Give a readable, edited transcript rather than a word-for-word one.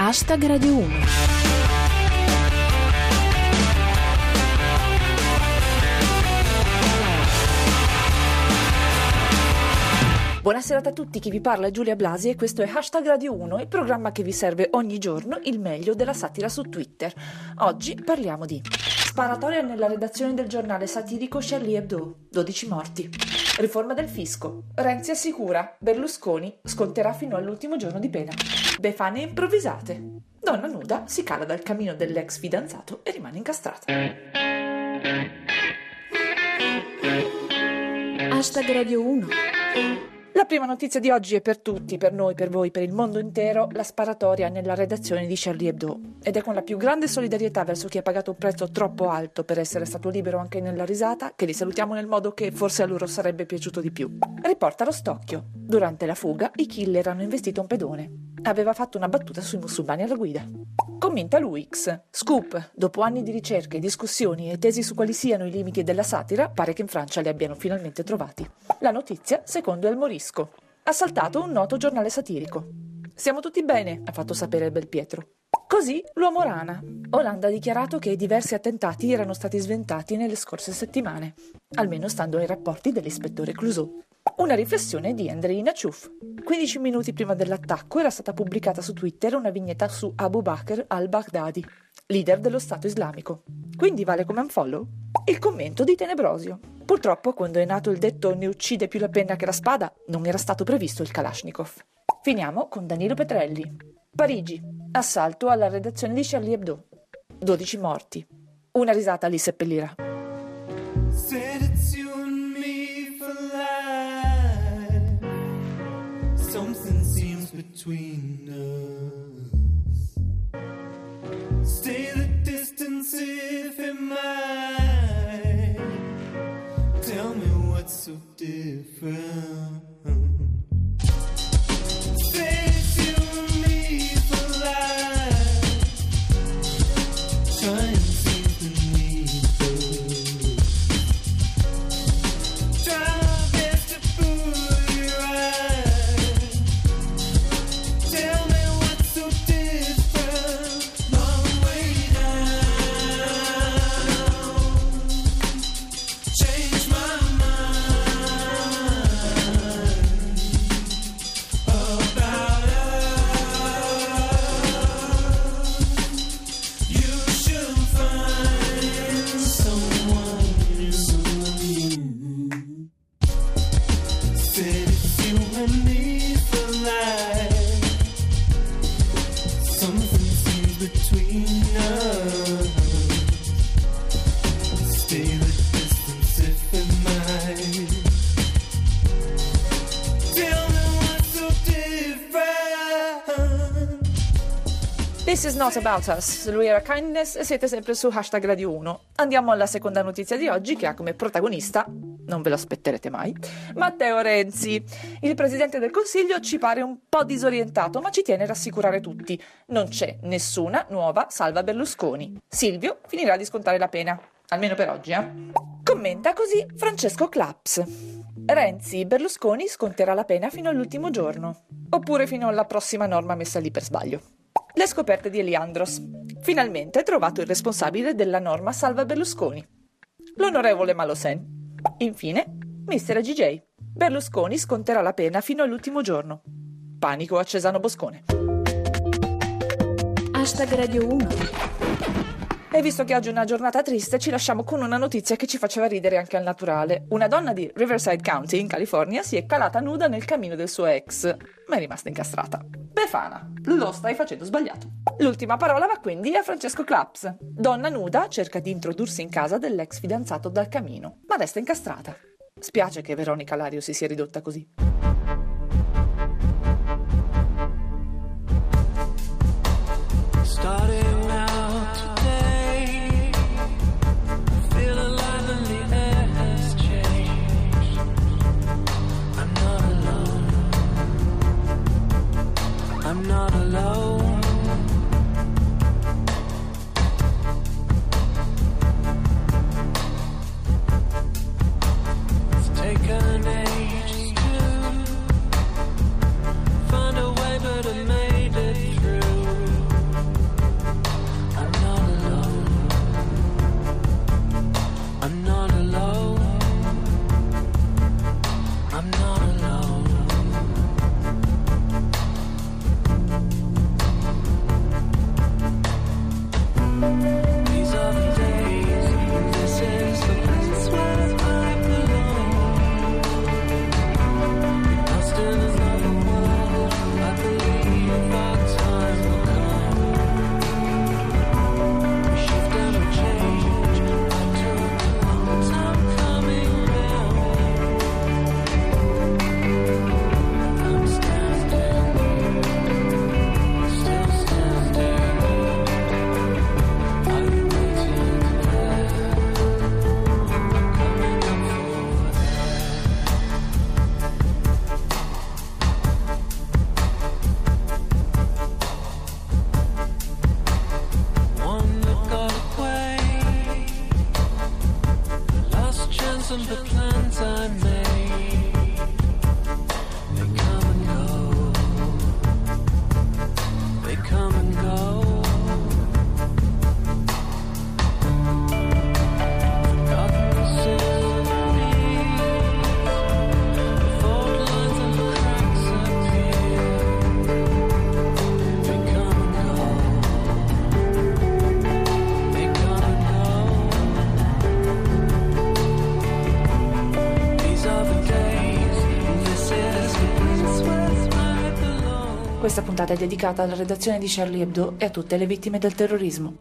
Radio 1. Buonasera a tutti, chi vi parla è Giulia Blasi e questo è Radio 1, il programma che vi serve ogni giorno il meglio della satira su Twitter. Oggi parliamo di sparatoria nella redazione del giornale satirico Charlie Hebdo, 12 morti. Riforma del fisco, Renzi assicura, Berlusconi sconterà fino all'ultimo giorno di pena. Befane improvvisate, donna nuda si cala dal camino dell'ex fidanzato e rimane incastrata. Radio 1. La prima notizia di oggi è per tutti, per noi, per voi, per il mondo intero, la sparatoria nella redazione di Charlie Hebdo. Ed è con la più grande solidarietà verso chi ha pagato un prezzo troppo alto per essere stato libero anche nella risata che li salutiamo nel modo che forse a loro sarebbe piaciuto di più. Riporta lo Stocchio. Durante la fuga i killer hanno investito un pedone. Aveva fatto una battuta sui musulmani alla guida. Commenta l'UX. Scoop. Dopo anni di ricerche, discussioni e tesi su quali siano i limiti della satira, pare che in Francia li abbiano finalmente trovati. La notizia, secondo El Morisco. Assaltato un noto giornale satirico. Siamo tutti bene, ha fatto sapere il Belpietro. Così l'uomo rana. Hollande ha dichiarato che diversi attentati erano stati sventati nelle scorse settimane, almeno stando ai rapporti dell'ispettore Clouseau. Una riflessione di Andreina Ciuff. 15 minuti prima dell'attacco era stata pubblicata su Twitter una vignetta su Abu Bakr al-Baghdadi, leader dello Stato islamico. Quindi vale come unfollow? Il commento di Tenebrosio. Purtroppo, quando è nato il detto ne uccide più la penna che la spada, non era stato previsto il Kalashnikov. Finiamo con Danilo Petrelli. Parigi. Assalto alla redazione di Charlie Hebdo. 12 morti. Una risata li seppellirà. Between us, stay the distance if it might. Tell me what's so different. Say it's you and me for life. Try and see the need. Try my best to put it right. Tell me what's so different. Long way down. Change my mind about us. You should find someone new. Said it's you and me for life. Something seems between us. Stay the distance if it might. Tell me what's so different. This is not about us, lui era Kindness e siete sempre su Radio 1. Andiamo alla seconda notizia di oggi che ha come protagonista, non ve lo aspetterete mai, Matteo Renzi. Il presidente del Consiglio ci pare un po' disorientato, ma ci tiene a rassicurare tutti. Non c'è nessuna nuova salva Berlusconi. Silvio finirà di scontare la pena, almeno per oggi, Commenta così Francesco Claps. Renzi, Berlusconi sconterà la pena fino all'ultimo giorno, oppure fino alla prossima norma messa lì per sbaglio. Le scoperte di Eliandros. Finalmente trovato il responsabile della norma salva Berlusconi, l'onorevole Malosen. Infine, Mr. GJ. Berlusconi sconterà la pena fino all'ultimo giorno. Panico a Cesano Boscone. Radio 1. E visto che oggi è una giornata triste, ci lasciamo con una notizia che ci faceva ridere anche al naturale. Una donna di Riverside County, in California, si è calata nuda nel camino del suo ex, ma è rimasta incastrata. Befana, lo stai facendo sbagliato. L'ultima parola va quindi a Francesco Claps. Donna nuda cerca di introdursi in casa dell'ex fidanzato dal camino, ma resta incastrata. Spiace che Veronica Lario si sia ridotta così. I'm not alone. It's taken ages to find a way, but I made it through. Questa puntata è dedicata alla redazione di Charlie Hebdo e a tutte le vittime del terrorismo.